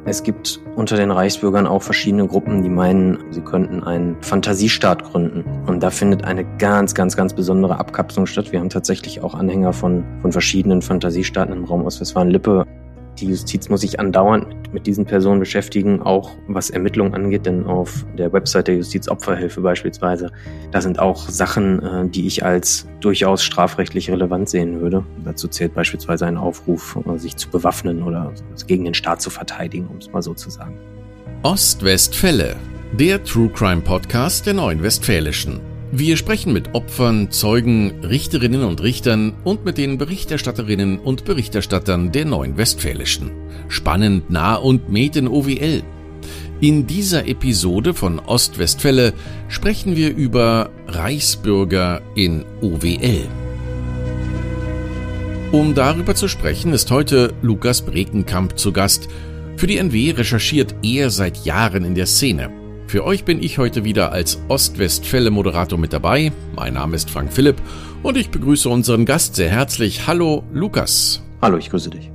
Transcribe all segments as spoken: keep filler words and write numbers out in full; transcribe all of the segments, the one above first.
Es gibt unter den Reichsbürgern auch verschiedene Gruppen, die meinen, sie könnten einen Fantasiestaat gründen. Und da findet eine ganz, ganz, ganz besondere Abkapselung statt. Wir haben tatsächlich auch Anhänger von, von verschiedenen Fantasiestaaten im Raum Ostwestfalen-Lippe. Die Justiz muss sich andauernd mit, mit diesen Personen beschäftigen, auch was Ermittlungen angeht, denn auf der Website der Justizopferhilfe beispielsweise, da sind auch Sachen, die ich als durchaus strafrechtlich relevant sehen würde. Dazu zählt beispielsweise ein Aufruf, sich zu bewaffnen oder gegen den Staat zu verteidigen, um es mal so zu sagen. Ostwestfälle, der True Crime Podcast der Neuen Westfälischen. Wir sprechen mit Opfern, Zeugen, Richterinnen und Richtern und mit den Berichterstatterinnen und Berichterstattern der Neuen Westfälischen. Spannend, nah und Made in O W L. In dieser Episode von Ostwestfälle sprechen wir über Reichsbürger in O W L. Um darüber zu sprechen, ist heute Lukas Brekenkamp zu Gast. Für die N W recherchiert er seit Jahren in der Szene. Für euch bin ich heute wieder als Ostwestfälle-Moderator mit dabei. Mein Name ist Frank Philipp und ich begrüße unseren Gast sehr herzlich. Hallo Lukas. Hallo, ich grüße dich.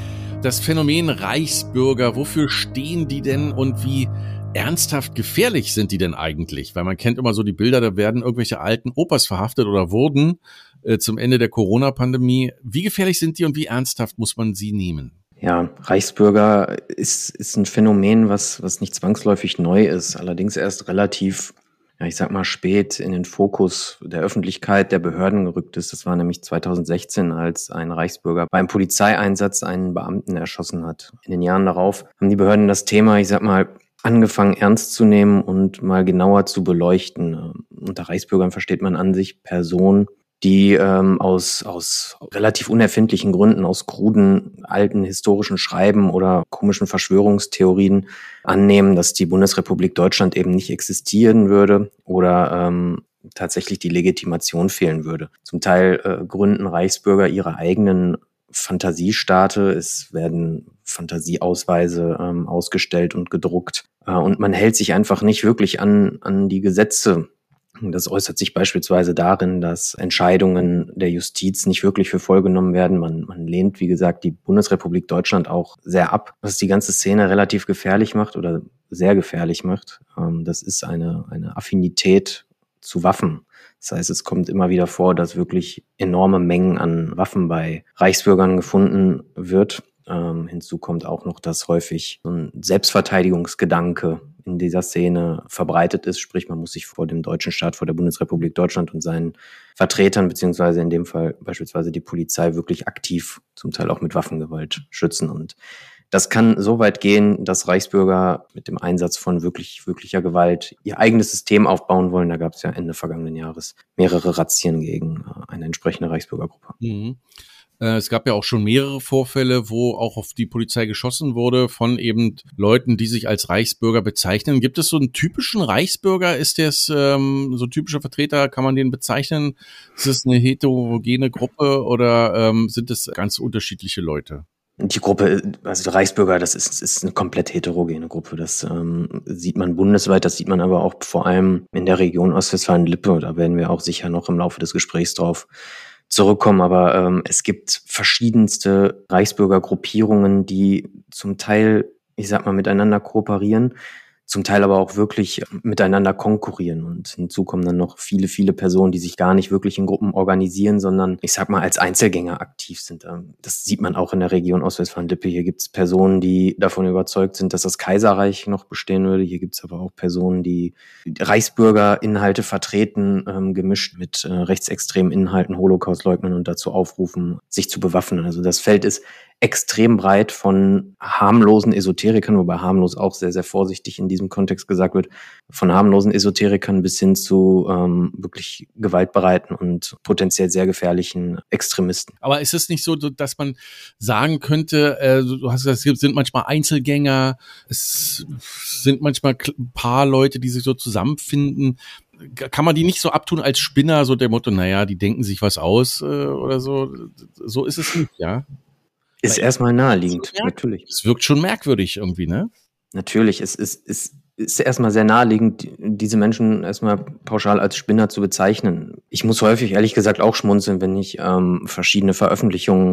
Das Phänomen Reichsbürger, wofür stehen die denn und wie ernsthaft gefährlich sind die denn eigentlich? Weil man kennt immer so die Bilder, da werden irgendwelche alten Opas verhaftet oder wurden äh, zum Ende der Corona-Pandemie. Wie gefährlich sind die und wie ernsthaft muss man sie nehmen? Ja, Reichsbürger ist, ist ein Phänomen, was, was nicht zwangsläufig neu ist, allerdings erst relativ, ja, ich sag mal, spät in den Fokus der Öffentlichkeit, der Behörden gerückt ist. Das war nämlich zweitausendsechzehn, als ein Reichsbürger beim Polizeieinsatz einen Beamten erschossen hat. In den Jahren darauf haben die Behörden das Thema, ich sag mal, angefangen ernst zu nehmen und mal genauer zu beleuchten. Unter Reichsbürgern versteht man an sich Personen, die ähm, aus aus relativ unerfindlichen Gründen, aus kruden, alten historischen Schreiben oder komischen Verschwörungstheorien annehmen, dass die Bundesrepublik Deutschland eben nicht existieren würde oder ähm, tatsächlich die Legitimation fehlen würde. Zum Teil äh, gründen Reichsbürger ihre eigenen Fantasiestaate. Es werden Fantasieausweise ähm, ausgestellt und gedruckt. Äh, und man hält sich einfach nicht wirklich an an die Gesetze. Das äußert sich beispielsweise darin, dass Entscheidungen der Justiz nicht wirklich für voll genommen werden. Man, man lehnt, wie gesagt, die Bundesrepublik Deutschland auch sehr ab, was die ganze Szene relativ gefährlich macht oder sehr gefährlich macht. Das ist eine, eine Affinität zu Waffen. Das heißt, es kommt immer wieder vor, dass wirklich enorme Mengen an Waffen bei Reichsbürgern gefunden wird. Ähm, hinzu kommt auch noch, dass häufig so ein Selbstverteidigungsgedanke in dieser Szene verbreitet ist. Sprich, man muss sich vor dem deutschen Staat, vor der Bundesrepublik Deutschland und seinen Vertretern, beziehungsweise in dem Fall beispielsweise die Polizei, wirklich aktiv, zum Teil auch mit Waffengewalt schützen. Und das kann so weit gehen, dass Reichsbürger mit dem Einsatz von wirklich, wirklicher Gewalt ihr eigenes System aufbauen wollen. Da gab es ja Ende vergangenen Jahres mehrere Razzien gegen eine entsprechende Reichsbürgergruppe. Mhm. Es gab ja auch schon mehrere Vorfälle, wo auch auf die Polizei geschossen wurde von eben Leuten, die sich als Reichsbürger bezeichnen. Gibt es so einen typischen Reichsbürger? Ist das ähm, so ein typischer Vertreter? Kann man den bezeichnen? Ist es eine heterogene Gruppe oder ähm, sind es ganz unterschiedliche Leute? Die Gruppe, also der Reichsbürger, das ist, ist eine komplett heterogene Gruppe. Das ähm, sieht man bundesweit, das sieht man aber auch vor allem in der Region Ostwestfalen-Lippe. Da werden wir auch sicher noch im Laufe des Gesprächs drauf zurückkommen, aber ähm, es gibt verschiedenste Reichsbürgergruppierungen, die zum Teil, ich sag mal, miteinander kooperieren, zum Teil aber auch wirklich miteinander konkurrieren. Und hinzu kommen dann noch viele, viele Personen, die sich gar nicht wirklich in Gruppen organisieren, sondern, ich sag mal, als Einzelgänger aktiv sind. Das sieht man auch in der Region Ostwestfalen-Lippe. Hier gibt es Personen, die davon überzeugt sind, dass das Kaiserreich noch bestehen würde. Hier gibt es aber auch Personen, die Reichsbürgerinhalte vertreten, ähm, gemischt mit äh, rechtsextremen Inhalten, Holocaust leugnen und dazu aufrufen, sich zu bewaffnen. Also das Feld ist extrem breit von harmlosen Esoterikern, wobei harmlos auch sehr, sehr vorsichtig in diesem Kontext gesagt wird, von harmlosen Esoterikern bis hin zu ähm, wirklich gewaltbereiten und potenziell sehr gefährlichen Extremisten. Aber ist es nicht so, dass man sagen könnte, äh, du hast gesagt, es sind manchmal Einzelgänger, es sind manchmal ein paar Leute, die sich so zusammenfinden. Kann man die nicht so abtun als Spinner, so der Motto, naja, die denken sich was aus äh, oder so? So ist es nicht, ja? Ist erstmal naheliegend, merk- natürlich. Es wirkt schon merkwürdig irgendwie, ne? Natürlich, es ist, es ist erstmal sehr naheliegend, diese Menschen erstmal pauschal als Spinner zu bezeichnen. Ich muss häufig, ehrlich gesagt, auch schmunzeln, wenn ich ähm, verschiedene Veröffentlichungen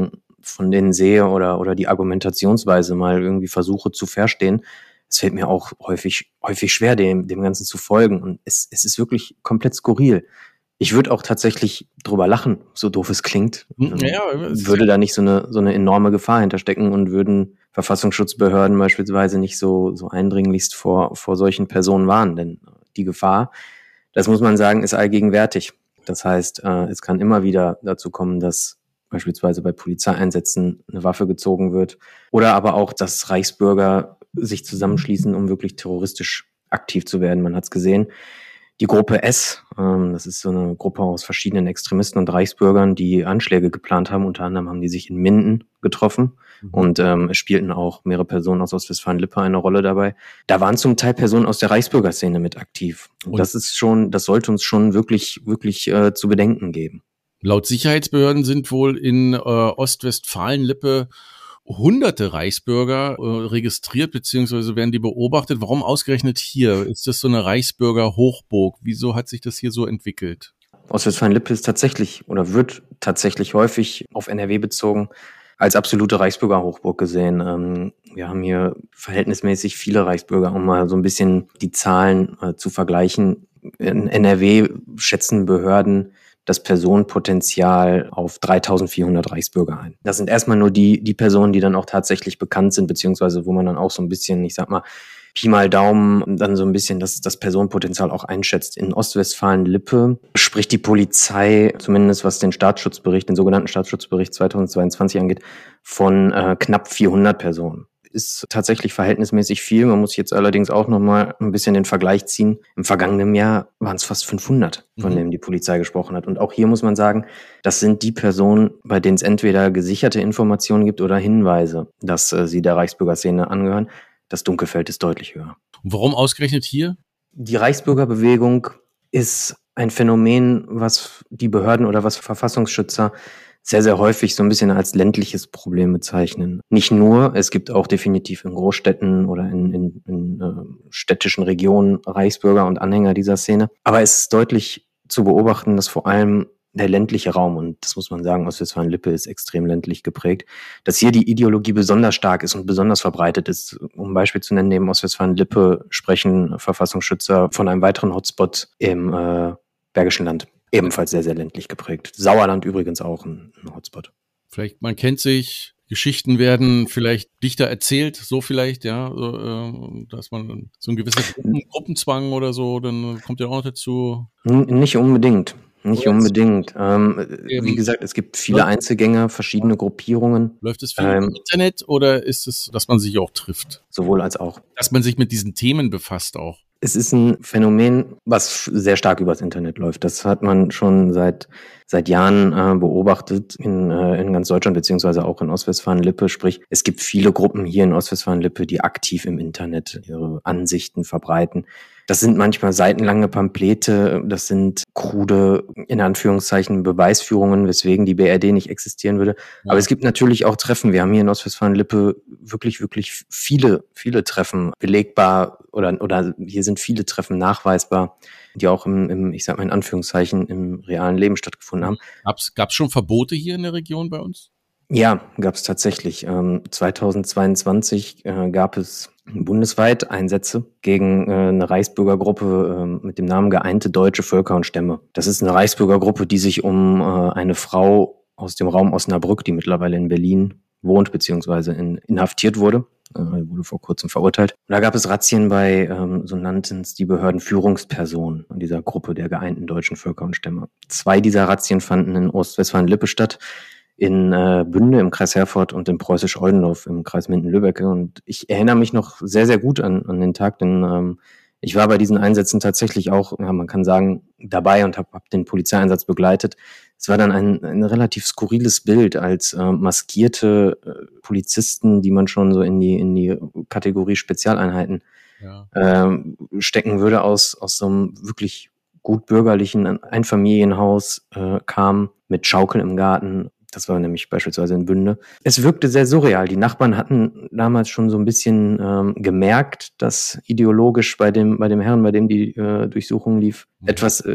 von denen sehe oder, oder die Argumentationsweise mal irgendwie versuche zu verstehen, es fällt mir auch häufig, häufig schwer, dem, dem Ganzen zu folgen. Und es, es ist wirklich komplett skurril. Ich würde auch tatsächlich drüber lachen, so doof es klingt. Ja, ja, würde da nicht so eine, so eine enorme Gefahr hinterstecken und würden Verfassungsschutzbehörden beispielsweise nicht so, so eindringlichst vor, vor solchen Personen warnen. Denn die Gefahr, das muss man sagen, ist allgegenwärtig. Das heißt, äh, es kann immer wieder dazu kommen, dass beispielsweise bei Polizeieinsätzen eine Waffe gezogen wird oder aber auch, dass Reichsbürger sich zusammenschließen, um wirklich terroristisch aktiv zu werden. Man hat es gesehen. Die Gruppe S, ähm, das ist so eine Gruppe aus verschiedenen Extremisten und Reichsbürgern, die Anschläge geplant haben. Unter anderem haben die sich in Minden getroffen mhm. und ähm, es spielten auch mehrere Personen aus Ostwestfalen-Lippe eine Rolle dabei. Da waren zum Teil Personen aus der Reichsbürgerszene mit aktiv. Und, und das ist schon, das sollte uns schon wirklich, wirklich äh, zu bedenken geben. Laut Sicherheitsbehörden sind wohl in äh, Ostwestfalen-Lippe hunderte Reichsbürger äh, registriert, beziehungsweise werden die beobachtet. Warum ausgerechnet hier? Ist das so eine Reichsbürger-Hochburg? Wieso hat sich das hier so entwickelt? Ostwestfalen-Lippe ist tatsächlich oder wird tatsächlich häufig auf N R W bezogen als absolute Reichsbürger-Hochburg gesehen. Ähm, wir haben hier verhältnismäßig viele Reichsbürger, um mal so ein bisschen die Zahlen äh, zu vergleichen. In N R W schätzen Behörden das Personenpotenzial auf dreitausendvierhundert Reichsbürger ein. Das sind erstmal nur die, die Personen, die dann auch tatsächlich bekannt sind, beziehungsweise wo man dann auch so ein bisschen, ich sag mal, Pi mal Daumen, dann so ein bisschen das, das Personenpotenzial auch einschätzt. In Ostwestfalen-Lippe spricht die Polizei, zumindest was den Staatsschutzbericht, den sogenannten Staatsschutzbericht zweitausendzweiundzwanzig angeht, von äh, knapp vierhundert Personen. Ist tatsächlich verhältnismäßig viel. Man muss jetzt allerdings auch noch mal ein bisschen den Vergleich ziehen. Im vergangenen Jahr waren es fast fünfhundert, von mhm. denen die Polizei gesprochen hat. Und auch hier muss man sagen, das sind die Personen, bei denen es entweder gesicherte Informationen gibt oder Hinweise, dass äh, sie der Reichsbürgerszene angehören. Das Dunkelfeld ist deutlich höher. Und warum ausgerechnet hier? Die Reichsbürgerbewegung ist ein Phänomen, was die Behörden oder was Verfassungsschützer sehr, sehr häufig so ein bisschen als ländliches Problem bezeichnen. Nicht nur, es gibt auch definitiv in Großstädten oder in, in, in äh, städtischen Regionen Reichsbürger und Anhänger dieser Szene. Aber es ist deutlich zu beobachten, dass vor allem der ländliche Raum, und das muss man sagen, Ostwestfalen-Lippe ist extrem ländlich geprägt, dass hier die Ideologie besonders stark ist und besonders verbreitet ist. Um ein Beispiel zu nennen, neben Ostwestfalen-Lippe sprechen Verfassungsschützer von einem weiteren Hotspot im äh, Bergischen Land. Ebenfalls sehr, sehr ländlich geprägt. Sauerland übrigens auch ein, ein Hotspot. Vielleicht, man kennt sich, Geschichten werden vielleicht dichter erzählt, so vielleicht, ja, so, äh, dass man so ein gewisser Gruppen, Gruppenzwang oder so, dann kommt ja auch noch dazu. N- nicht unbedingt. Nicht unbedingt. Ähm, wie gesagt, es gibt viele läuft, Einzelgänger, verschiedene Gruppierungen. Läuft es viel ähm, im Internet oder ist es, dass man sich auch trifft? Sowohl als auch. Dass man sich mit diesen Themen befasst auch. Es ist ein Phänomen, was sehr stark übers Internet läuft. Das hat man schon seit seit Jahren äh, beobachtet in, äh, in ganz Deutschland beziehungsweise auch in Ostwestfalen-Lippe. Sprich, es gibt viele Gruppen hier in Ostwestfalen-Lippe, die aktiv im Internet ihre Ansichten verbreiten. Das sind manchmal seitenlange Pamphlete, das sind krude, in Anführungszeichen, Beweisführungen, weswegen die B R D nicht existieren würde. Ja. Aber es gibt natürlich auch Treffen. Wir haben hier in Ostwestfalen-Lippe wirklich, wirklich viele, viele Treffen belegbar oder, oder hier sind viele Treffen nachweisbar, die auch im, im, ich sag mal in Anführungszeichen, im realen Leben stattgefunden haben. Gab's, gab's schon Verbote hier in der Region bei uns? Ja, gab es tatsächlich. Ähm, zweitausendzweiundzwanzig äh, gab es bundesweit Einsätze gegen äh, eine Reichsbürgergruppe äh, mit dem Namen Geeinte Deutsche Völker und Stämme. Das ist eine Reichsbürgergruppe, die sich um äh, eine Frau aus dem Raum Osnabrück, die mittlerweile in Berlin wohnt, beziehungsweise in, inhaftiert wurde, äh, wurde vor kurzem verurteilt. Und da gab es Razzien bei, ähm, so nannten es die Behörden, Führungspersonen dieser Gruppe der Geeinten Deutschen Völker und Stämme. Zwei dieser Razzien fanden in Ostwestfalen-Lippe statt, in äh, Bünde im Kreis Herford und in Preußisch-Oldendorf im Kreis Minden-Lübbecke. Und ich erinnere mich noch sehr, sehr gut an, an den Tag, denn ähm, ich war bei diesen Einsätzen tatsächlich auch, ja, man kann sagen, dabei und habe hab den Polizeieinsatz begleitet. Es war dann ein, ein relativ skurriles Bild, als äh, maskierte äh, Polizisten, die man schon so in die in die Kategorie Spezialeinheiten ja. äh, stecken würde, aus aus so einem wirklich gut bürgerlichen Einfamilienhaus äh, kam mit Schaukeln im Garten. Das war nämlich beispielsweise in Bünde. Es wirkte sehr surreal. Die Nachbarn hatten damals schon so ein bisschen ähm, gemerkt, dass ideologisch bei dem bei dem Herrn, bei dem die äh, Durchsuchung lief, mhm. etwas äh,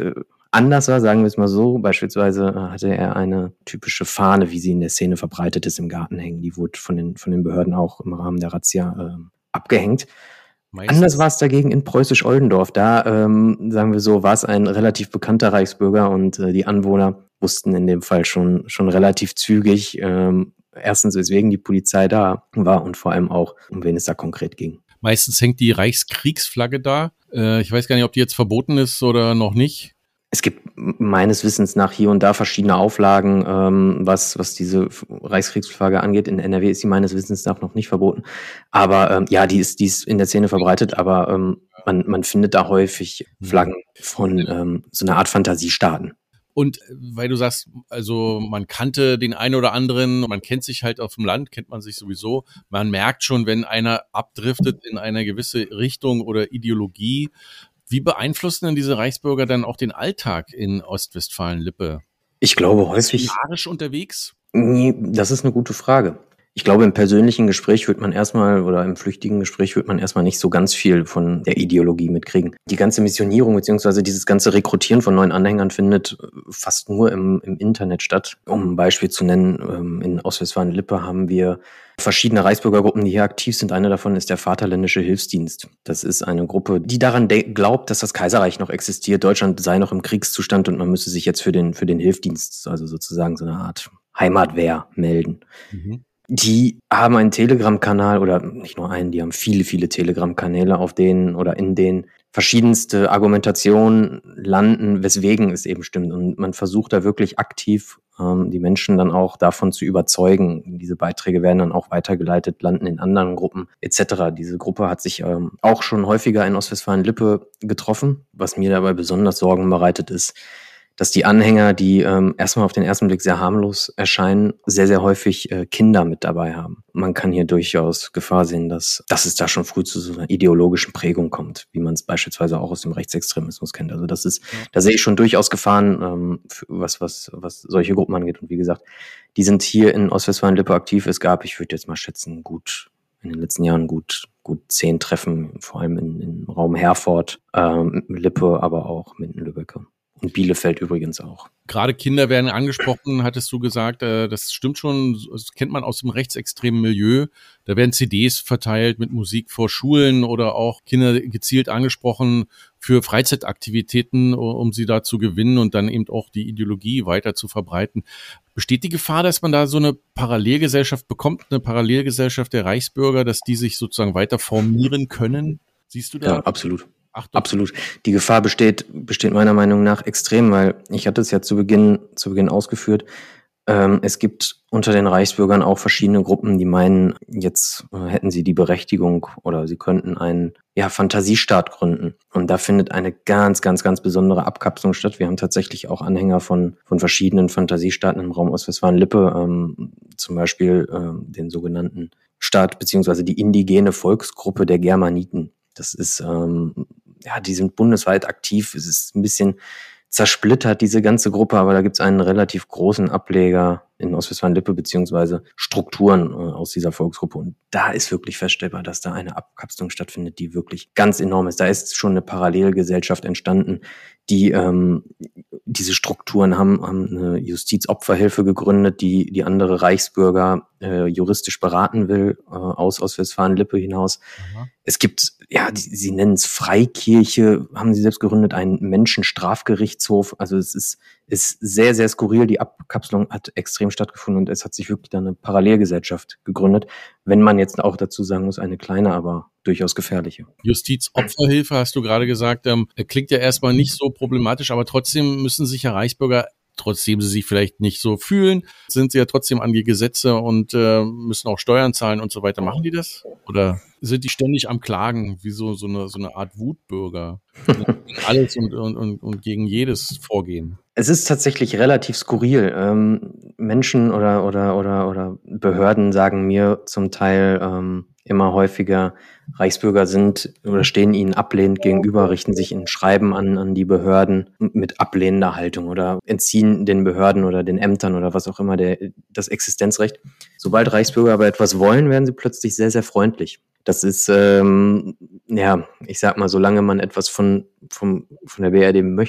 anders war, sagen wir es mal so. Beispielsweise hatte er eine typische Fahne, wie sie in der Szene verbreitet ist, im Garten hängen. Die wurde von den, von den Behörden auch im Rahmen der Razzia äh, abgehängt. Meistens. Anders war es dagegen in Preußisch-Oldendorf. Da, ähm, sagen wir so, war es ein relativ bekannter Reichsbürger und äh, die Anwohner wussten in dem Fall schon, schon relativ zügig, ähm, erstens, weswegen die Polizei da war und vor allem auch, um wen es da konkret ging. Meistens hängt die Reichskriegsflagge da. Äh, ich weiß gar nicht, ob die jetzt verboten ist oder noch nicht. Es gibt meines Wissens nach hier und da verschiedene Auflagen, ähm, was, was diese Reichskriegsflagge angeht. In N R W ist sie meines Wissens nach noch nicht verboten. Aber ähm, ja, die ist, die ist in der Szene verbreitet, aber ähm, man, man findet da häufig Flaggen von ähm, so einer Art Fantasiestaaten. Und weil du sagst, also man kannte den einen oder anderen, man kennt sich halt auf dem Land, kennt man sich sowieso. Man merkt schon, wenn einer abdriftet in eine gewisse Richtung oder Ideologie. Wie beeinflussen denn diese Reichsbürger dann auch den Alltag in Ostwestfalen-Lippe? Ich glaube häufig. Missionarisch unterwegs? Nee, das ist eine gute Frage. Ich glaube, im persönlichen Gespräch wird man erstmal oder im flüchtigen Gespräch wird man erstmal nicht so ganz viel von der Ideologie mitkriegen. Die ganze Missionierung beziehungsweise dieses ganze Rekrutieren von neuen Anhängern findet fast nur im, im Internet statt. Um ein Beispiel zu nennen, in Ostwestfalen-Lippe haben wir verschiedene Reichsbürgergruppen, die hier aktiv sind. Eine davon ist der Vaterländische Hilfsdienst. Das ist eine Gruppe, die daran de- glaubt, dass das Kaiserreich noch existiert. Deutschland sei noch im Kriegszustand und man müsse sich jetzt für den, für den Hilfsdienst, also sozusagen so eine Art Heimatwehr melden. Mhm. Die haben einen Telegram-Kanal oder nicht nur einen, die haben viele, viele Telegram-Kanäle, auf denen oder in denen verschiedenste Argumentationen landen, weswegen es eben stimmt. Und man versucht da wirklich aktiv, ähm, die Menschen dann auch davon zu überzeugen. Diese Beiträge werden dann auch weitergeleitet, landen in anderen Gruppen et cetera. Diese Gruppe hat sich ähm, auch schon häufiger in Ostwestfalen-Lippe getroffen. Was mir dabei besonders Sorgen bereitet ist, dass die Anhänger, die ähm, erstmal auf den ersten Blick sehr harmlos erscheinen, sehr, sehr häufig äh, Kinder mit dabei haben. Man kann hier durchaus Gefahr sehen, dass, dass es da schon früh zu so einer ideologischen Prägung kommt, wie man es beispielsweise auch aus dem Rechtsextremismus kennt. Also das ist, ja. Da sehe ich schon durchaus Gefahren, ähm, für was, was, was solche Gruppen angeht. Und wie gesagt, die sind hier in Ostwestfalen-Lippe aktiv. Es gab, ich würde jetzt mal schätzen, gut in den letzten Jahren gut gut zehn Treffen, vor allem in, im Raum Herford, ähm, Lippe, aber auch Minden-Lübbecke. Und Bielefeld übrigens auch. Gerade Kinder werden angesprochen, hattest du gesagt, äh, das stimmt schon, das kennt man aus dem rechtsextremen Milieu. Da werden C Ds verteilt mit Musik vor Schulen oder auch Kinder gezielt angesprochen für Freizeitaktivitäten, um sie da zu gewinnen und dann eben auch die Ideologie weiter zu verbreiten. Besteht die Gefahr, dass man da so eine Parallelgesellschaft bekommt, eine Parallelgesellschaft der Reichsbürger, dass die sich sozusagen weiter formieren können? Siehst du da? Ja, absolut. Achtung. Absolut. Die Gefahr besteht, besteht meiner Meinung nach extrem, weil ich hatte es ja zu Beginn, zu Beginn ausgeführt. Ähm, es gibt unter den Reichsbürgern auch verschiedene Gruppen, die meinen, jetzt äh, hätten sie die Berechtigung oder sie könnten einen ja, Fantasiestaat gründen. Und da findet eine ganz, ganz, ganz besondere Abkapselung statt. Wir haben tatsächlich auch Anhänger von, von verschiedenen Fantasiestaaten im Raum Ostwestfalen-Lippe, ähm, zum Beispiel ähm, den sogenannten Staat beziehungsweise die indigene Volksgruppe der Germaniten. Das ist, ähm, ja, die sind bundesweit aktiv. Es ist ein bisschen zersplittert, diese ganze Gruppe, aber da gibt es einen relativ großen Ableger in Ostwestfalen-Lippe beziehungsweise Strukturen äh, aus dieser Volksgruppe. Und da ist wirklich feststellbar, dass da eine Abkapselung stattfindet, die wirklich ganz enorm ist. Da ist schon eine Parallelgesellschaft entstanden, die ähm, diese Strukturen haben, haben eine Justizopferhilfe gegründet, die die andere Reichsbürger äh, juristisch beraten will, äh, aus Ostwestfalen-Lippe hinaus. Mhm. Es gibt, ja, die, sie nennen es Freikirche, haben sie selbst gegründet, einen Menschenstrafgerichtshof. Also es ist, ist sehr, sehr skurril. Die Abkapselung hat extrem stattgefunden und es hat sich wirklich dann eine Parallelgesellschaft gegründet. Wenn man jetzt auch dazu sagen muss, eine kleine, aber durchaus gefährliche. Justizopferhilfe, hast du gerade gesagt, ähm, klingt ja erstmal nicht so problematisch, aber trotzdem müssen sich ja Reichsbürger, trotzdem sie sich vielleicht nicht so fühlen, sind sie ja trotzdem an die Gesetze und äh, müssen auch Steuern zahlen und so weiter. Machen die das? Oder sind die ständig am Klagen, wie so, so, eine, so eine Art Wutbürger? Gegen alles und, und, und, und gegen jedes Vorgehen. Es ist tatsächlich relativ skurril. Ähm, Menschen oder, oder, oder, oder Behörden sagen mir zum Teil ähm, immer häufiger, Reichsbürger sind oder stehen ihnen ablehnend gegenüber, richten sich in Schreiben an, an die Behörden mit ablehnender Haltung oder entziehen den Behörden oder den Ämtern oder was auch immer der, das Existenzrecht. Sobald Reichsbürger aber etwas wollen, werden sie plötzlich sehr, sehr freundlich. Das ist, ähm, ja, ich sag mal, solange man etwas von, vom, von der B R D möchte,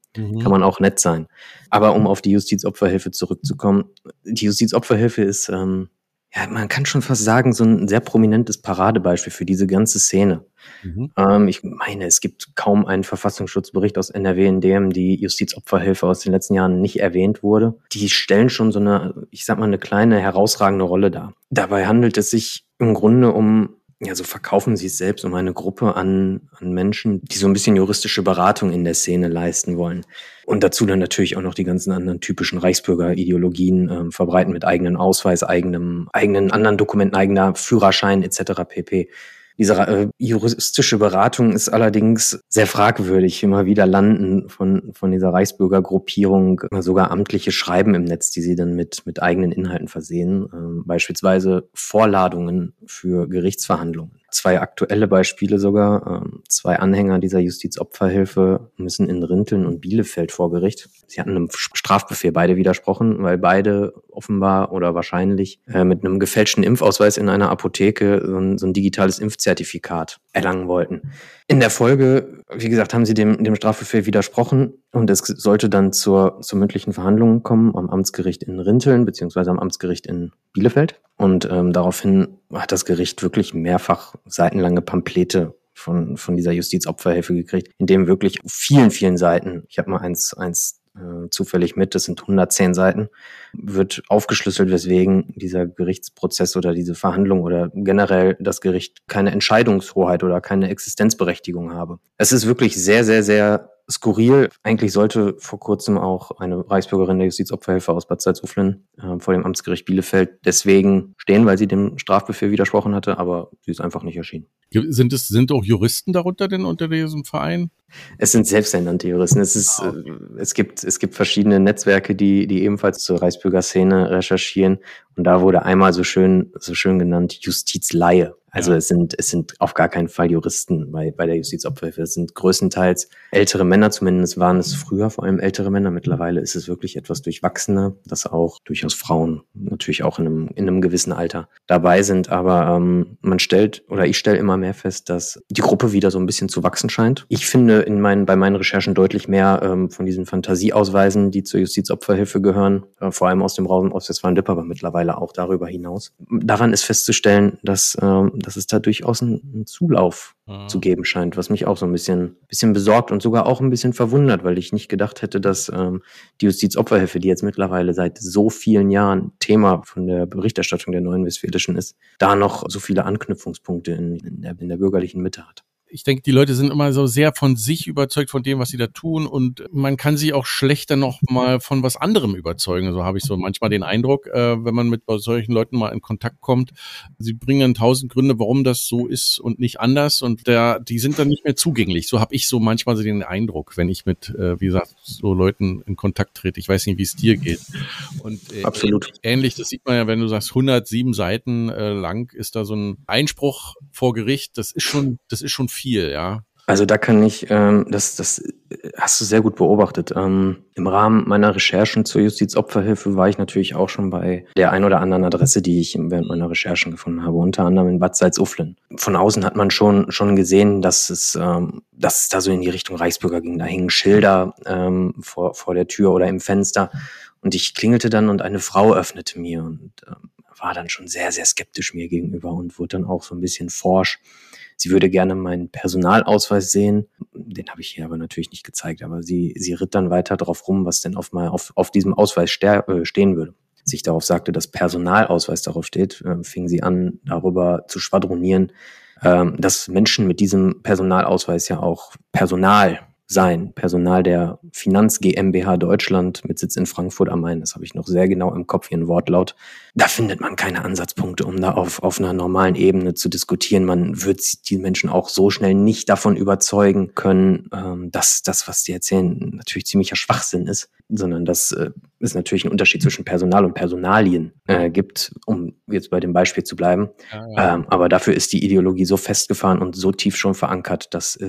Mhm. Kann man auch nett sein. Aber um auf die Justizopferhilfe zurückzukommen, die Justizopferhilfe ist, ähm, ja, man kann schon fast sagen, so ein sehr prominentes Paradebeispiel für diese ganze Szene. Mhm. Ähm, ich meine, es gibt kaum einen Verfassungsschutzbericht aus N R W, in dem die Justizopferhilfe aus den letzten Jahren nicht erwähnt wurde. Die stellen schon so eine, ich sag mal, eine kleine herausragende Rolle dar. Dabei handelt es sich im Grunde um, ja, so verkaufen sie es selbst, um eine Gruppe an, an Menschen, die so ein bisschen juristische Beratung in der Szene leisten wollen. Und dazu dann natürlich auch noch die ganzen anderen typischen Reichsbürger-Ideologien ähm, verbreiten mit eigenen Ausweis, eigenem, eigenen anderen Dokumenten, eigener Führerschein et cetera pp. Diese äh, juristische Beratung ist allerdings sehr fragwürdig. Immer wieder landen von von dieser Reichsbürgergruppierung sogar amtliche Schreiben im Netz, die sie dann mit mit eigenen Inhalten versehen. Ähm, beispielsweise Vorladungen für Gerichtsverhandlungen. Zwei aktuelle Beispiele sogar. Ähm, zwei Anhänger dieser Justizopferhilfe müssen in Rinteln und Bielefeld vor Gericht. Sie hatten einem Strafbefehl beide widersprochen, weil beide offenbar oder wahrscheinlich äh, mit einem gefälschten Impfausweis in einer Apotheke so ein, so ein digitales Impfzertifikat erlangen wollten. In der Folge, wie gesagt, haben sie dem, dem Strafbefehl widersprochen und es sollte dann zur, zur mündlichen Verhandlung kommen am Amtsgericht in Rinteln beziehungsweise am Amtsgericht in Bielefeld. Und ähm, daraufhin hat das Gericht wirklich mehrfach seitenlange Pamphlete von von dieser Justizopferhilfe gekriegt, in dem wirklich auf vielen, vielen Seiten, ich habe mal eins, eins äh, zufällig mit, das sind hundertzehn Seiten, wird aufgeschlüsselt, weswegen dieser Gerichtsprozess oder diese Verhandlung oder generell das Gericht keine Entscheidungshoheit oder keine Existenzberechtigung habe. Es ist wirklich sehr, sehr, sehr skurril. Eigentlich sollte vor kurzem auch eine Reichsbürgerin der Justizopferhilfe aus Bad Salzuflen äh, vor dem Amtsgericht Bielefeld deswegen stehen, weil sie dem Strafbefehl widersprochen hatte, aber sie ist einfach nicht erschienen. Sind es sind auch Juristen darunter denn unter diesem Verein? Es sind selbsternannte Juristen. Es ist, ah, okay. äh, es gibt, es gibt verschiedene Netzwerke, die, die ebenfalls zur Reichsbürgerszene recherchieren. Und da wurde einmal so schön, so schön genannt Justizleihe. Also ja. es sind, es sind auf gar keinen Fall Juristen bei, bei der Justizopferhilfe. Es sind größtenteils ältere Männer, zumindest waren es früher vor allem ältere Männer. Mittlerweile ist es wirklich etwas durchwachsener, dass auch durchaus Frauen natürlich auch in einem, in einem gewissen Alter dabei sind. Aber ähm, man stellt, oder ich stelle immer mehr fest, dass die Gruppe wieder so ein bisschen zu wachsen scheint. Ich finde in meinen, bei meinen Recherchen deutlich mehr ähm, von diesen Fantasieausweisen, die zur Justizopferhilfe gehören, äh, vor allem aus dem Raum Ostwestfalen-Lippe, aber mittlerweile auch darüber hinaus. Daran ist festzustellen, dass ähm, dass es da durchaus einen, einen Zulauf mhm. zu geben scheint, was mich auch so ein bisschen, bisschen besorgt und sogar auch ein bisschen verwundert, weil ich nicht gedacht hätte, dass ähm, die Justizopferhilfe, die jetzt mittlerweile seit so vielen Jahren Thema von der Berichterstattung der Neuen Westfälischen ist, da noch so viele Anknüpfungspunkte in, in, der, in der bürgerlichen Mitte hat. Ich denke, die Leute sind immer so sehr von sich überzeugt, von dem, was sie da tun, und man kann sie auch schlechter noch mal von was anderem überzeugen. So habe ich so manchmal den Eindruck, äh, wenn man mit solchen Leuten mal in Kontakt kommt. Sie bringen dann tausend Gründe, warum das so ist und nicht anders, und der, die sind dann nicht mehr zugänglich. So habe ich so manchmal so den Eindruck, wenn ich mit, äh, wie gesagt, so Leuten in Kontakt trete. Ich weiß nicht, wie es dir geht. Und äh, absolut ähnlich, das sieht man ja, wenn du sagst, hundertsieben Seiten äh, lang ist da so ein Einspruch vor Gericht. Das ist schon, das ist schon viel, ja. Also da kann ich, ähm, das, das hast du sehr gut beobachtet. Ähm, im Rahmen meiner Recherchen zur Justizopferhilfe war ich natürlich auch schon bei der ein oder anderen Adresse, die ich während meiner Recherchen gefunden habe, unter anderem in Bad Salzuflen. Von außen hat man schon schon gesehen, dass es, ähm, dass es da so in die Richtung Reichsbürger ging. Da hingen Schilder ähm, vor vor der Tür oder im Fenster, und ich klingelte dann und eine Frau öffnete mir und ähm, war dann schon sehr, sehr skeptisch mir gegenüber und wurde dann auch so ein bisschen forsch. Sie würde gerne meinen Personalausweis sehen. Den habe ich hier aber natürlich nicht gezeigt. Aber sie, sie ritt dann weiter drauf rum, was denn auf, mal auf, auf diesem Ausweis ster- äh, stehen würde. Als ich darauf sagte, dass Personalausweis darauf steht, äh, fing sie an, darüber zu schwadronieren, äh, dass Menschen mit diesem Personalausweis ja auch Personal sein, Personal der Finanz GmbH Deutschland mit Sitz in Frankfurt am Main. Das habe ich noch sehr genau im Kopf, ihren Wortlaut. Da findet man keine Ansatzpunkte, um da auf, auf einer normalen Ebene zu diskutieren. Man wird die Menschen auch so schnell nicht davon überzeugen können, ähm, dass das, was sie erzählen, natürlich ziemlicher Schwachsinn ist, sondern dass äh, es natürlich einen Unterschied zwischen Personal und Personalien äh, gibt, um jetzt bei dem Beispiel zu bleiben. Ja, ja. Ähm, aber dafür ist die Ideologie so festgefahren und so tief schon verankert, dass es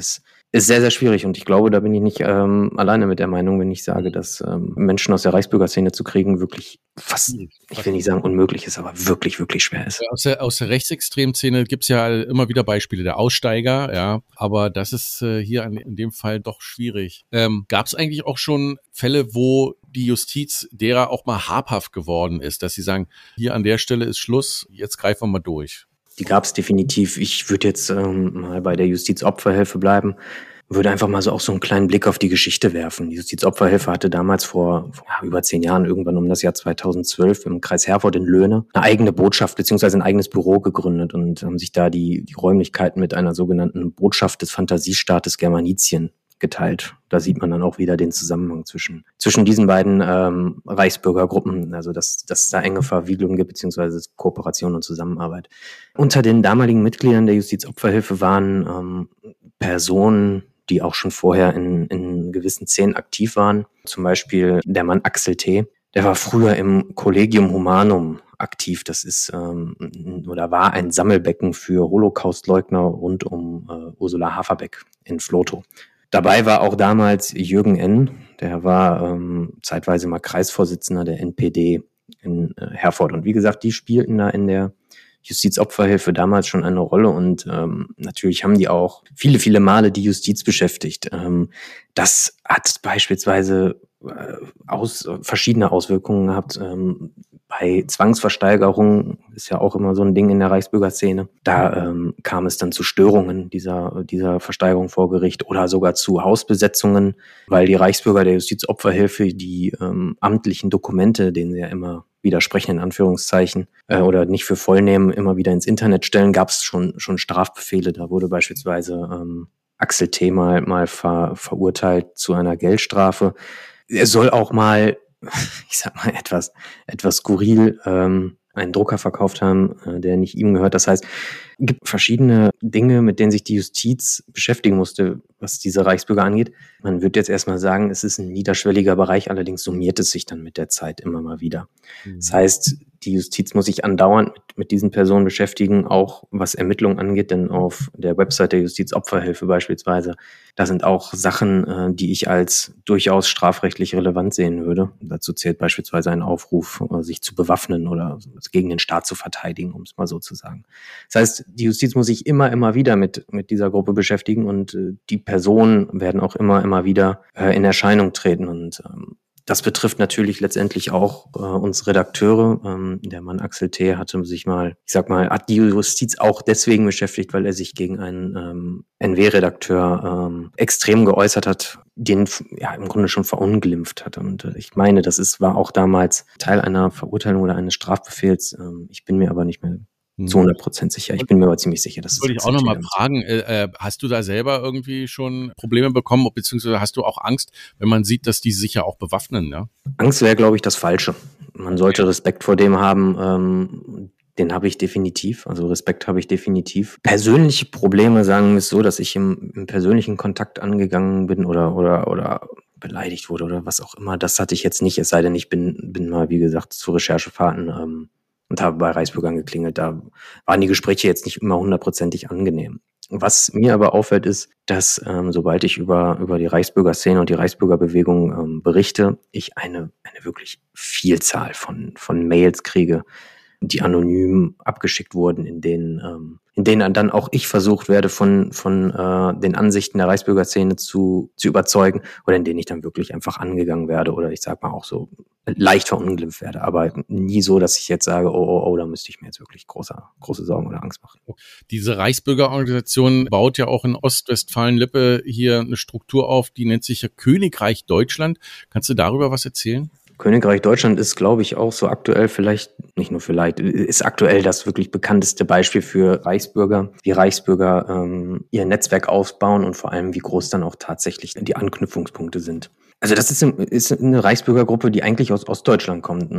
Ist sehr, sehr schwierig und ich glaube, da bin ich nicht ähm, alleine mit der Meinung, wenn ich sage, dass ähm, Menschen aus der Reichsbürgerszene zu kriegen wirklich fast, ich will nicht sagen unmöglich ist, aber wirklich, wirklich schwer ist. Aus der, aus der Rechtsextremszene gibt's ja immer wieder Beispiele der Aussteiger, ja, aber das ist äh, hier an, in dem Fall doch schwierig. Ähm, gab's eigentlich auch schon Fälle, wo die Justiz derer auch mal habhaft geworden ist, dass sie sagen, hier an der Stelle ist Schluss, jetzt greifen wir mal durch? Die gab es definitiv. Ich würde jetzt ähm, mal bei der Justizopferhilfe bleiben, würde einfach mal so auch so einen kleinen Blick auf die Geschichte werfen. Die Justizopferhilfe hatte damals vor, vor ja, über zehn Jahren, irgendwann um das Jahr zweitausendzwölf, im Kreis Herford in Löhne, eine eigene Botschaft beziehungsweise ein eigenes Büro gegründet und haben sich da die, die Räumlichkeiten mit einer sogenannten Botschaft des Fantasiestaates Germanitien geteilt. Da sieht man dann auch wieder den Zusammenhang zwischen zwischen diesen beiden ähm, Reichsbürgergruppen, also dass, dass es da enge Verwicklungen gibt, beziehungsweise Kooperation und Zusammenarbeit. Unter den damaligen Mitgliedern der Justizopferhilfe waren ähm, Personen, die auch schon vorher in, in gewissen Szenen aktiv waren. Zum Beispiel der Mann Axel T., der war früher im Collegium Humanum aktiv. Das ist ähm, oder war ein Sammelbecken für Holocaustleugner rund um äh, Ursula Haferbeck in Vlotho. Dabei war auch damals Jürgen N., der war ähm, zeitweise mal Kreisvorsitzender der N P D in äh, Herford. Und wie gesagt, die spielten da in der Justizopferhilfe damals schon eine Rolle und ähm, natürlich haben die auch viele, viele Male die Justiz beschäftigt. Ähm, das hat beispielsweise äh, aus, verschiedene Auswirkungen gehabt. Ähm, bei Zwangsversteigerung ist ja auch immer so ein Ding in der Reichsbürgerszene. Da ähm, kam es dann zu Störungen dieser, dieser Versteigerung vor Gericht oder sogar zu Hausbesetzungen, weil die Reichsbürger der Justizopferhilfe die ähm, amtlichen Dokumente, denen sie ja immer widersprechen, in Anführungszeichen, äh, oder nicht für voll nehmen, immer wieder ins Internet stellen, gab es schon schon Strafbefehle. Da wurde beispielsweise ähm, Axel T. mal, mal ver, verurteilt zu einer Geldstrafe. Er soll auch mal, ich sag mal, etwas, etwas skurril ähm, einen Drucker verkauft haben, äh, der nicht ihm gehört. Das heißt, es gibt verschiedene Dinge, mit denen sich die Justiz beschäftigen musste, was diese Reichsbürger angeht. Man würde jetzt erstmal sagen, es ist ein niederschwelliger Bereich, allerdings summiert es sich dann mit der Zeit immer mal wieder. Mhm. Das heißt, die Justiz muss sich andauernd mit, mit diesen Personen beschäftigen, auch was Ermittlungen angeht, denn auf der Website der Justizopferhilfe beispielsweise, da sind auch Sachen, äh, die ich als durchaus strafrechtlich relevant sehen würde. Dazu zählt beispielsweise ein Aufruf, äh, sich zu bewaffnen oder gegen den Staat zu verteidigen, um es mal so zu sagen. Das heißt, die Justiz muss sich immer, immer wieder mit, mit dieser Gruppe beschäftigen und äh, die Personen werden auch immer, immer wieder äh, in Erscheinung treten und ähm, das betrifft natürlich letztendlich auch äh, uns Redakteure. Ähm, der Mann Axel T. hatte sich mal, ich sag mal, hat die Justiz auch deswegen beschäftigt, weil er sich gegen einen ähm, N W-Redakteur ähm, extrem geäußert hat, den ja im Grunde schon verunglimpft hat. Und äh, ich meine, das ist war auch damals Teil einer Verurteilung oder eines Strafbefehls. Ähm, ich bin mir aber nicht mehr zu hundert Prozent sicher. Ich bin mir aber ziemlich sicher, dass es Wollte ich auch nochmal fragen, äh, hast du da selber irgendwie schon Probleme bekommen, beziehungsweise hast du auch Angst, wenn man sieht, dass die sich ja auch bewaffnen, ja? Angst wäre, glaube ich, das Falsche. Man sollte Respekt vor dem haben, ähm, den habe ich definitiv, also Respekt habe ich definitiv. Persönliche Probleme, sagen wir es so, dass ich im, im persönlichen Kontakt angegangen bin oder, oder, oder beleidigt wurde oder was auch immer, das hatte ich jetzt nicht, es sei denn, ich bin, bin mal, wie gesagt, zu Recherchefahrten ähm, und habe bei Reichsbürgern geklingelt. Da waren die Gespräche jetzt nicht immer hundertprozentig angenehm. Was mir aber auffällt, ist, dass ähm, sobald ich über über die Reichsbürgerszene und die Reichsbürgerbewegung ähm, berichte, ich eine eine wirklich Vielzahl von von Mails kriege, die anonym abgeschickt wurden, in denen ähm, in denen dann auch ich versucht werde, von von äh, den Ansichten der Reichsbürgerszene zu zu überzeugen oder in denen ich dann wirklich einfach angegangen werde oder ich sag mal auch so leicht verunglimpft werde, aber nie so, dass ich jetzt sage, oh, oh, oh, da müsste ich mir jetzt wirklich große, große Sorgen oder Angst machen. Diese Reichsbürgerorganisation baut ja auch in Ostwestfalen-Lippe hier eine Struktur auf, die nennt sich ja Königreich Deutschland. Kannst du darüber was erzählen? Königreich Deutschland ist, glaube ich, auch so aktuell vielleicht, nicht nur vielleicht, ist aktuell das wirklich bekannteste Beispiel für Reichsbürger, wie Reichsbürger ähm, ihr Netzwerk aufbauen und vor allem, wie groß dann auch tatsächlich die Anknüpfungspunkte sind. Also das ist, ist eine Reichsbürgergruppe, die eigentlich aus Ostdeutschland kommt.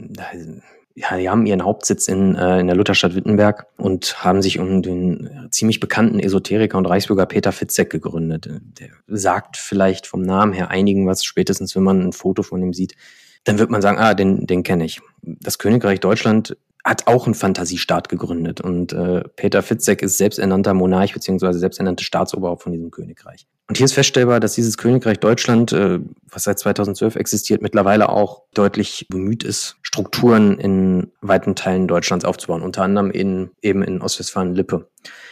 Ja, die haben ihren Hauptsitz in, äh, in der Lutherstadt Wittenberg und haben sich um den ziemlich bekannten Esoteriker und Reichsbürger Peter Fitzek gegründet. Der sagt vielleicht vom Namen her einigen was, spätestens wenn man ein Foto von ihm sieht, dann wird man sagen, ah, den, den kenne ich. Das Königreich Deutschland hat auch einen Fantasiestaat gegründet und äh, Peter Fitzek ist selbsternannter Monarch beziehungsweise selbsternannte Staatsoberhaupt von diesem Königreich. Und hier ist feststellbar, dass dieses Königreich Deutschland, äh, was seit zweitausendzwölf existiert, mittlerweile auch deutlich bemüht ist, Strukturen in weiten Teilen Deutschlands aufzubauen, unter anderem in, eben in Ostwestfalen-Lippe.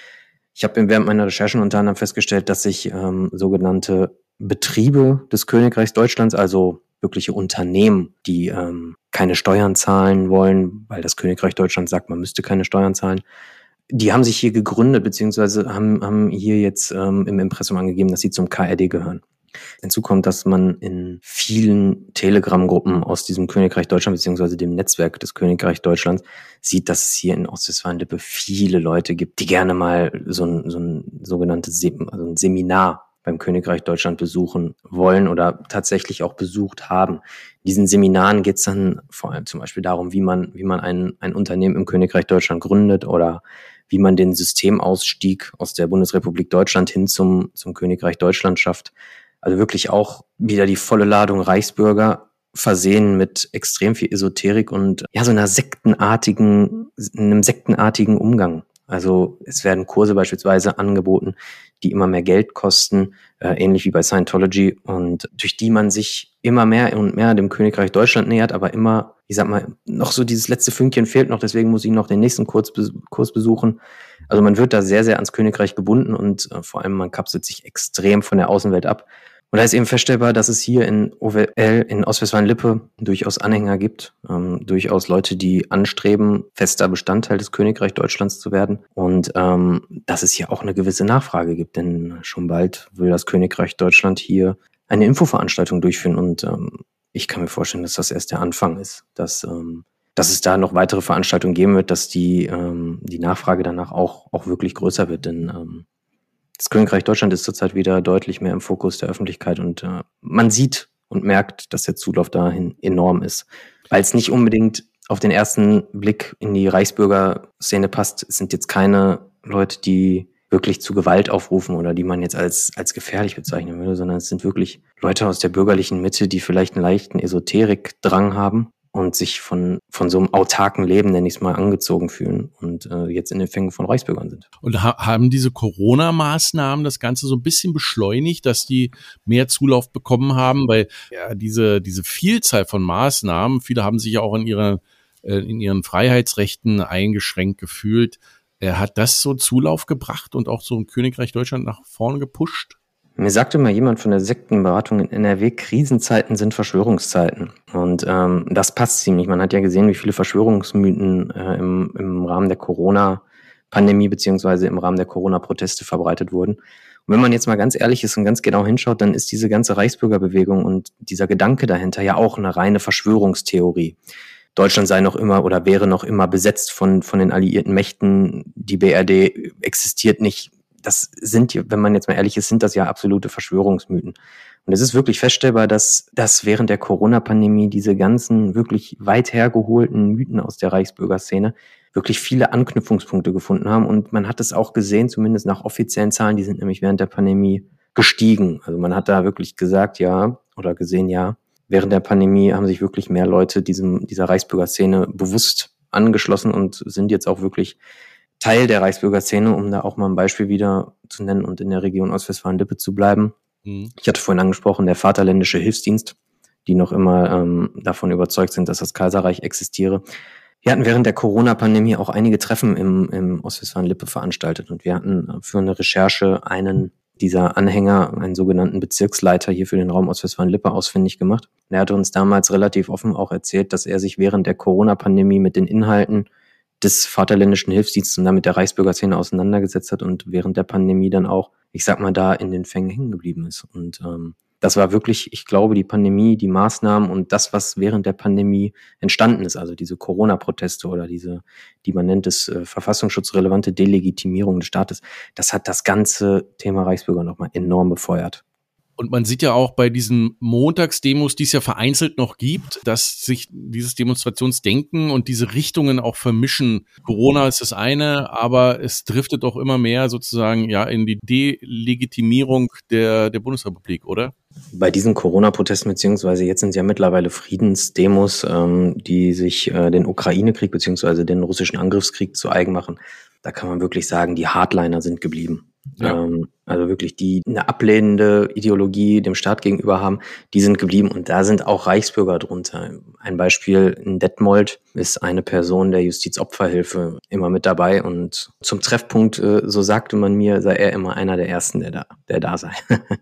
Ich habe während meiner Recherchen unter anderem festgestellt, dass sich ähm, sogenannte Betriebe des Königreichs Deutschlands, also wirkliche Unternehmen, die ähm, keine Steuern zahlen wollen, weil das Königreich Deutschland sagt, man müsste keine Steuern zahlen, die haben sich hier gegründet, beziehungsweise haben, haben hier jetzt ähm, im Impressum angegeben, dass sie zum K R D gehören. Hinzu kommt, dass man in vielen Telegram-Gruppen aus diesem Königreich Deutschland, beziehungsweise dem Netzwerk des Königreich Deutschlands, sieht, dass es hier in Ostwestfalen-Lippe viele Leute gibt, die gerne mal so ein, so ein sogenanntes Sem- also ein Seminar beim Königreich Deutschland besuchen wollen oder tatsächlich auch besucht haben. In diesen Seminaren geht es dann vor allem zum Beispiel darum, wie man, wie man ein, ein Unternehmen im Königreich Deutschland gründet oder wie man den Systemausstieg aus der Bundesrepublik Deutschland hin zum, zum Königreich Deutschland schafft. Also wirklich auch wieder die volle Ladung Reichsbürger, versehen mit extrem viel Esoterik und ja, so einer sektenartigen, einem sektenartigen Umgang. Also es werden Kurse beispielsweise angeboten, die immer mehr Geld kosten, äh, ähnlich wie bei Scientology, und durch die man sich immer mehr und mehr dem Königreich Deutschland nähert, aber immer, ich sag mal, noch so dieses letzte Fünkchen fehlt noch, deswegen muss ich noch den nächsten Kurs, Kurs besuchen. Also man wird da sehr, sehr ans Königreich gebunden und äh, vor allem man kapselt sich extrem von der Außenwelt ab. Und da ist eben feststellbar, dass es hier in O W L, in Ostwestfalen-Lippe, durchaus Anhänger gibt, ähm, durchaus Leute, die anstreben, fester Bestandteil des Königreich Deutschlands zu werden. Und ähm, dass es hier auch eine gewisse Nachfrage gibt, denn schon bald will das Königreich Deutschland hier eine Infoveranstaltung durchführen. Und ähm, ich kann mir vorstellen, dass das erst der Anfang ist, dass, ähm, dass es da noch weitere Veranstaltungen geben wird, dass die, ähm, die Nachfrage danach auch, auch wirklich größer wird, denn ähm, das Königreich Deutschland ist zurzeit wieder deutlich mehr im Fokus der Öffentlichkeit und äh, man sieht und merkt, dass der Zulauf dahin enorm ist. Weil es nicht unbedingt auf den ersten Blick in die Reichsbürgerszene passt. Es sind jetzt keine Leute, die wirklich zu Gewalt aufrufen oder die man jetzt als, als gefährlich bezeichnen würde, sondern es sind wirklich Leute aus der bürgerlichen Mitte, die vielleicht einen leichten Esoterik-Drang haben und sich von von so einem autarken Leben, nenne ich es mal, angezogen fühlen und äh, jetzt in den Fängen von Reichsbürgern sind. Und ha- haben diese Corona-Maßnahmen das Ganze so ein bisschen beschleunigt, dass die mehr Zulauf bekommen haben? Weil ja diese diese Vielzahl von Maßnahmen, viele haben sich ja auch in ihrer äh, in ihren Freiheitsrechten eingeschränkt gefühlt. Äh, hat das so Zulauf gebracht und auch so ein Königreich Deutschland nach vorne gepusht? Mir sagte mal jemand von der Sektenberatung in N R W, Krisenzeiten sind Verschwörungszeiten. Und ähm, das passt ziemlich. Man hat ja gesehen, wie viele Verschwörungsmythen äh, im, im Rahmen der Corona-Pandemie beziehungsweise im Rahmen der Corona-Proteste verbreitet wurden. Und wenn man jetzt mal ganz ehrlich ist und ganz genau hinschaut, dann ist diese ganze Reichsbürgerbewegung und dieser Gedanke dahinter ja auch eine reine Verschwörungstheorie. Deutschland sei noch immer oder wäre noch immer besetzt von, von den alliierten Mächten. Die B R D existiert nicht. Das sind, wenn man jetzt mal ehrlich ist, sind das ja absolute Verschwörungsmythen. Und es ist wirklich feststellbar, dass, dass während der Corona-Pandemie diese ganzen wirklich weit hergeholten Mythen aus der Reichsbürgerszene wirklich viele Anknüpfungspunkte gefunden haben. Und man hat es auch gesehen, zumindest nach offiziellen Zahlen, die sind nämlich während der Pandemie gestiegen. Also man hat da wirklich gesagt, ja, oder gesehen, ja, während der Pandemie haben sich wirklich mehr Leute diesem, dieser Reichsbürgerszene bewusst angeschlossen und sind jetzt auch wirklich Teil der Reichsbürgerszene, um da auch mal ein Beispiel wieder zu nennen und in der Region Ostwestfalen-Lippe zu bleiben. Mhm. Ich hatte vorhin angesprochen, der Vaterländische Hilfsdienst, die noch immer ähm, davon überzeugt sind, dass das Kaiserreich existiere. Wir hatten während der Corona-Pandemie auch einige Treffen im, im Ostwestfalen-Lippe veranstaltet und wir hatten für eine Recherche einen dieser Anhänger, einen sogenannten Bezirksleiter hier für den Raum Ostwestfalen-Lippe ausfindig gemacht. Er hatte uns damals relativ offen auch erzählt, dass er sich während der Corona-Pandemie mit den Inhalten des Vaterländischen Hilfsdienstes und damit der Reichsbürgerszene auseinandergesetzt hat und während der Pandemie dann auch, ich sag mal, da in den Fängen hängen geblieben ist. Und ähm, das war wirklich, ich glaube, die Pandemie, die Maßnahmen und das, was während der Pandemie entstanden ist, also diese Corona-Proteste oder diese, die man nennt es äh, verfassungsschutzrelevante Delegitimierung des Staates, das hat das ganze Thema Reichsbürger nochmal enorm befeuert. Und man sieht ja auch bei diesen Montagsdemos, die es ja vereinzelt noch gibt, dass sich dieses Demonstrationsdenken und diese Richtungen auch vermischen. Corona ist das eine, aber es driftet auch immer mehr sozusagen ja in die Delegitimierung der, der Bundesrepublik, oder? Bei diesen Corona-Protesten, beziehungsweise jetzt sind es ja mittlerweile Friedensdemos, ähm, die sich äh, den Ukraine-Krieg beziehungsweise den russischen Angriffskrieg zu eigen machen, da kann man wirklich sagen, die Hardliner sind geblieben. Ja. Ähm, also wirklich die eine ablehnende Ideologie dem Staat gegenüber haben, die sind geblieben und da sind auch Reichsbürger drunter. Ein Beispiel in Detmold ist eine Person der Justizopferhilfe immer mit dabei und zum Treffpunkt, so sagte man mir, sei er immer einer der Ersten, der da, der da sei.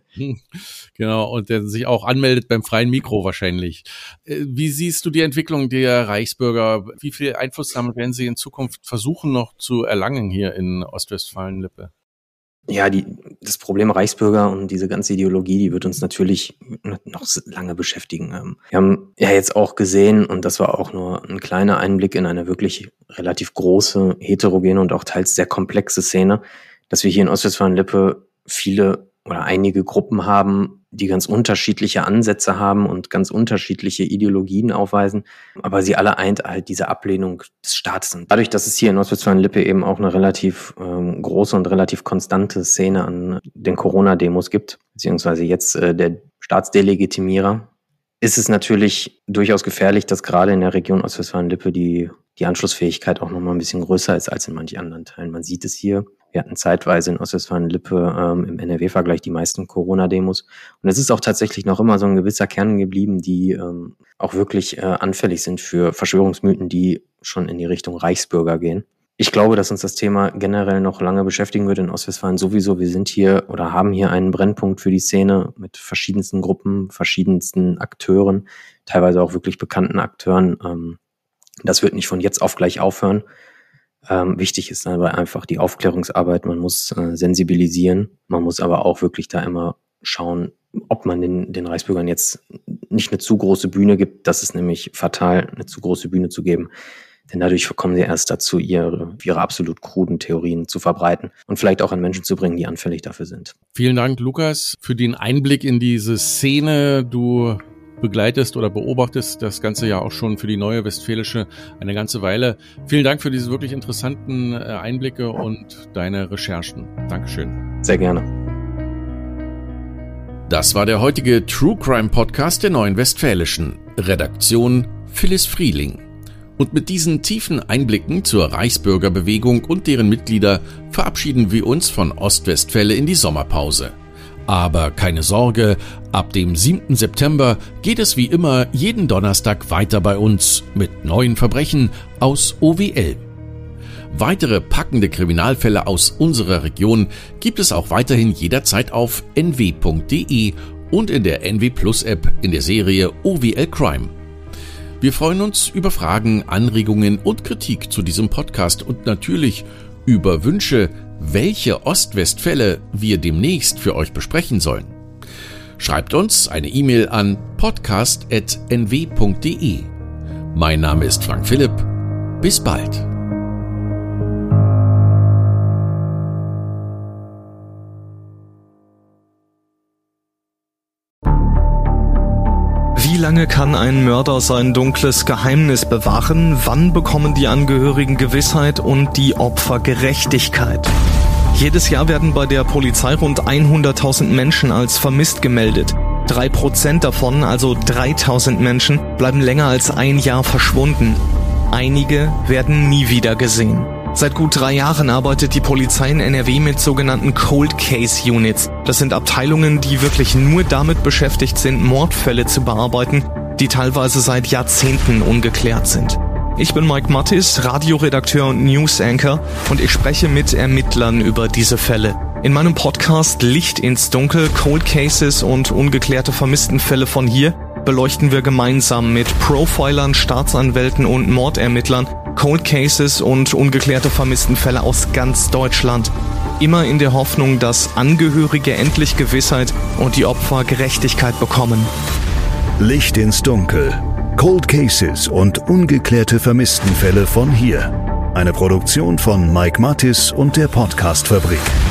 Genau, und der sich auch anmeldet beim freien Mikro wahrscheinlich. Wie siehst du die Entwicklung der Reichsbürger? Wie viel Einfluss damit werden sie in Zukunft versuchen noch zu erlangen hier in Ostwestfalen-Lippe? Ja, die, das Problem Reichsbürger und diese ganze Ideologie, die wird uns natürlich noch lange beschäftigen. Wir haben ja jetzt auch gesehen, und das war auch nur ein kleiner Einblick in eine wirklich relativ große, heterogene und auch teils sehr komplexe Szene, dass wir hier in Ostwestfalen-Lippe viele oder einige Gruppen haben, die ganz unterschiedliche Ansätze haben und ganz unterschiedliche Ideologien aufweisen, aber sie alle eint halt diese Ablehnung des Staates. Und dadurch, dass es hier in Ostwestfalen-Lippe eben auch eine relativ ähm, große und relativ konstante Szene an den Corona-Demos gibt, beziehungsweise jetzt äh, der Staatsdelegitimierer, ist es natürlich durchaus gefährlich, dass gerade in der Region Ostwestfalen-Lippe die, die Anschlussfähigkeit auch nochmal ein bisschen größer ist als in manchen anderen Teilen. Man sieht es hier. Wir hatten zeitweise in Ostwestfalen-Lippe ähm, im N R W-Vergleich die meisten Corona-Demos. Und es ist auch tatsächlich noch immer so ein gewisser Kern geblieben, die ähm, auch wirklich äh, anfällig sind für Verschwörungsmythen, die schon in die Richtung Reichsbürger gehen. Ich glaube, dass uns das Thema generell noch lange beschäftigen wird in Ostwestfalen sowieso. Wir sind hier oder haben hier einen Brennpunkt für die Szene mit verschiedensten Gruppen, verschiedensten Akteuren, teilweise auch wirklich bekannten Akteuren. Ähm, das wird nicht von jetzt auf gleich aufhören. Ähm, wichtig ist dabei einfach die Aufklärungsarbeit. Man muss äh, sensibilisieren. Man muss aber auch wirklich da immer schauen, ob man den, den Reichsbürgern jetzt nicht eine zu große Bühne gibt. Das ist nämlich fatal, eine zu große Bühne zu geben. Denn dadurch kommen sie erst dazu, ihre, ihre absolut kruden Theorien zu verbreiten und vielleicht auch an Menschen zu bringen, die anfällig dafür sind. Vielen Dank, Lukas, für den Einblick in diese Szene. Du begleitest oder beobachtest das Ganze ja auch schon für die Neue Westfälische eine ganze Weile. Vielen Dank für diese wirklich interessanten Einblicke und deine Recherchen. Dankeschön. Sehr gerne. Das war der heutige True Crime Podcast der Neuen Westfälischen. Redaktion Phyllis Frieling. Und mit diesen tiefen Einblicken zur Reichsbürgerbewegung und deren Mitglieder verabschieden wir uns von Ostwestfälle in die Sommerpause. Aber keine Sorge, ab dem siebten September geht es wie immer jeden Donnerstag weiter bei uns mit neuen Verbrechen aus O W L. Weitere packende Kriminalfälle aus unserer Region gibt es auch weiterhin jederzeit auf n w punkt d e und in der N W Plus App in der Serie O W L Crime. Wir freuen uns über Fragen, Anregungen und Kritik zu diesem Podcast und natürlich über Wünsche, welche Ostwestfälle wir demnächst für euch besprechen sollen. Schreibt uns eine E-Mail an podcast at n w punkt d e. Mein Name ist Frank Philipp. Bis bald. Wie lange kann ein Mörder sein dunkles Geheimnis bewahren? Wann bekommen die Angehörigen Gewissheit und die Opfer Gerechtigkeit? Jedes Jahr werden bei der Polizei rund hunderttausend Menschen als vermisst gemeldet. Drei Prozent davon, also dreitausend Menschen, bleiben länger als ein Jahr verschwunden. Einige werden nie wieder gesehen. Seit gut drei Jahren arbeitet die Polizei in N R W mit sogenannten Cold Case Units. Das sind Abteilungen, die wirklich nur damit beschäftigt sind, Mordfälle zu bearbeiten, die teilweise seit Jahrzehnten ungeklärt sind. Ich bin Mike Mattis, Radioredakteur und News Anchor, und ich spreche mit Ermittlern über diese Fälle. In meinem Podcast Licht ins Dunkel, Cold Cases und ungeklärte Vermisstenfälle von hier beleuchten wir gemeinsam mit Profilern, Staatsanwälten und Mordermittlern Cold Cases und ungeklärte Vermisstenfälle aus ganz Deutschland. Immer in der Hoffnung, dass Angehörige endlich Gewissheit und die Opfer Gerechtigkeit bekommen. Licht ins Dunkel. Cold Cases und ungeklärte Vermisstenfälle von hier. Eine Produktion von Mike Mattis und der Podcast-Fabrik.